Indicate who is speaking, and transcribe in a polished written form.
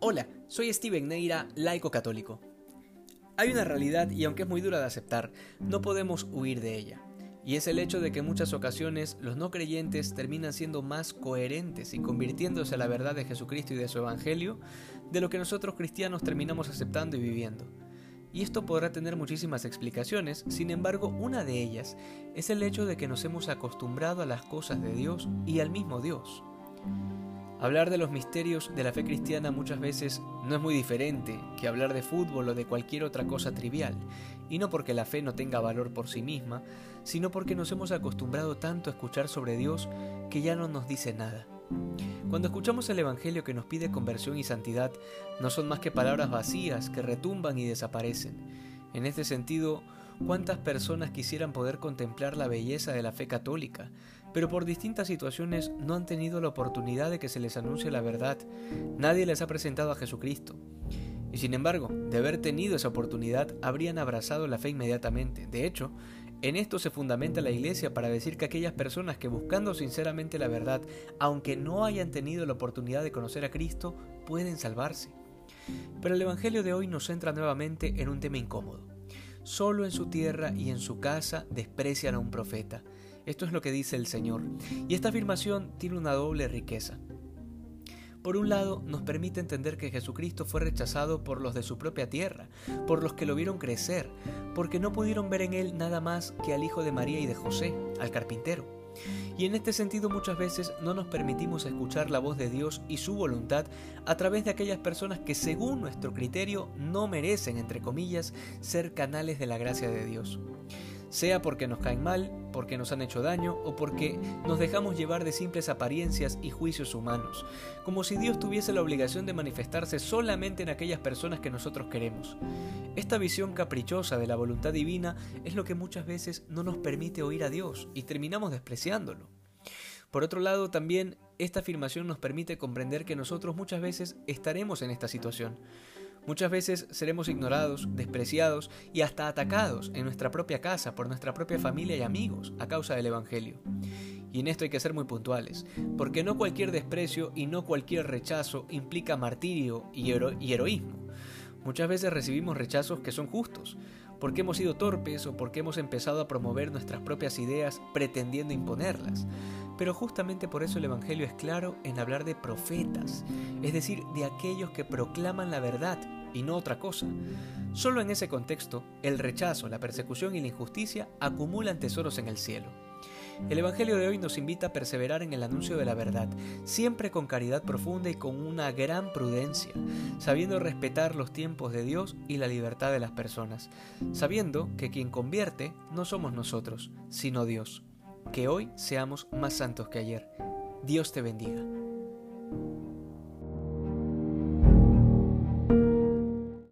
Speaker 1: Hola, soy Steven Neira, laico católico. Hay una realidad y aunque es muy dura de aceptar, no podemos huir de ella. Y es el hecho de que en muchas ocasiones los no creyentes terminan siendo más coherentes y convirtiéndose a la verdad de Jesucristo y de su Evangelio de lo que nosotros cristianos terminamos aceptando y viviendo. Y esto podrá tener muchísimas explicaciones, sin embargo, una de ellas es el hecho de que nos hemos acostumbrado a las cosas de Dios y al mismo Dios. Hablar de los misterios de la fe cristiana muchas veces no es muy diferente que hablar de fútbol o de cualquier otra cosa trivial, y no porque la fe no tenga valor por sí misma, sino porque nos hemos acostumbrado tanto a escuchar sobre Dios que ya no nos dice nada. Cuando escuchamos el Evangelio que nos pide conversión y santidad, no son más que palabras vacías que retumban y desaparecen. En este sentido, ¿cuántas personas quisieran poder contemplar la belleza de la fe católica, pero por distintas situaciones no han tenido la oportunidad de que se les anuncie la verdad? Nadie les ha presentado a Jesucristo. Y sin embargo, de haber tenido esa oportunidad, habrían abrazado la fe inmediatamente. De hecho, en esto se fundamenta la Iglesia para decir que aquellas personas que buscando sinceramente la verdad, aunque no hayan tenido la oportunidad de conocer a Cristo, pueden salvarse. Pero el Evangelio de hoy nos centra nuevamente en un tema incómodo. Solo en su tierra y en su casa desprecian a un profeta. Esto es lo que dice el Señor. Y esta afirmación tiene una doble riqueza. Por un lado, nos permite entender que Jesucristo fue rechazado por los de su propia tierra, por los que lo vieron crecer, porque no pudieron ver en él nada más que al hijo de María y de José, al carpintero. Y en este sentido muchas veces no nos permitimos escuchar la voz de Dios y su voluntad a través de aquellas personas que según nuestro criterio no merecen, entre comillas, ser canales de la gracia de Dios. Sea porque nos caen mal, porque nos han hecho daño o porque nos dejamos llevar de simples apariencias y juicios humanos, como si Dios tuviese la obligación de manifestarse solamente en aquellas personas que nosotros queremos. Esta visión caprichosa de la voluntad divina es lo que muchas veces no nos permite oír a Dios y terminamos despreciándolo. Por otro lado, también esta afirmación nos permite comprender que nosotros muchas veces estaremos en esta situación. Muchas veces seremos ignorados, despreciados y hasta atacados en nuestra propia casa por nuestra propia familia y amigos a causa del Evangelio. Y en esto hay que ser muy puntuales, porque no cualquier desprecio y no cualquier rechazo implica martirio y heroísmo. Muchas veces recibimos rechazos que son justos, porque hemos sido torpes o porque hemos empezado a promover nuestras propias ideas pretendiendo imponerlas. Pero justamente por eso el Evangelio es claro en hablar de profetas, es decir, de aquellos que proclaman la verdad y no otra cosa. Solo en ese contexto, el rechazo, la persecución y la injusticia acumulan tesoros en el cielo. El Evangelio de hoy nos invita a perseverar en el anuncio de la verdad, siempre con caridad profunda y con una gran prudencia, sabiendo respetar los tiempos de Dios y la libertad de las personas, sabiendo que quien convierte no somos nosotros, sino Dios. Que hoy seamos más santos que ayer. Dios te bendiga.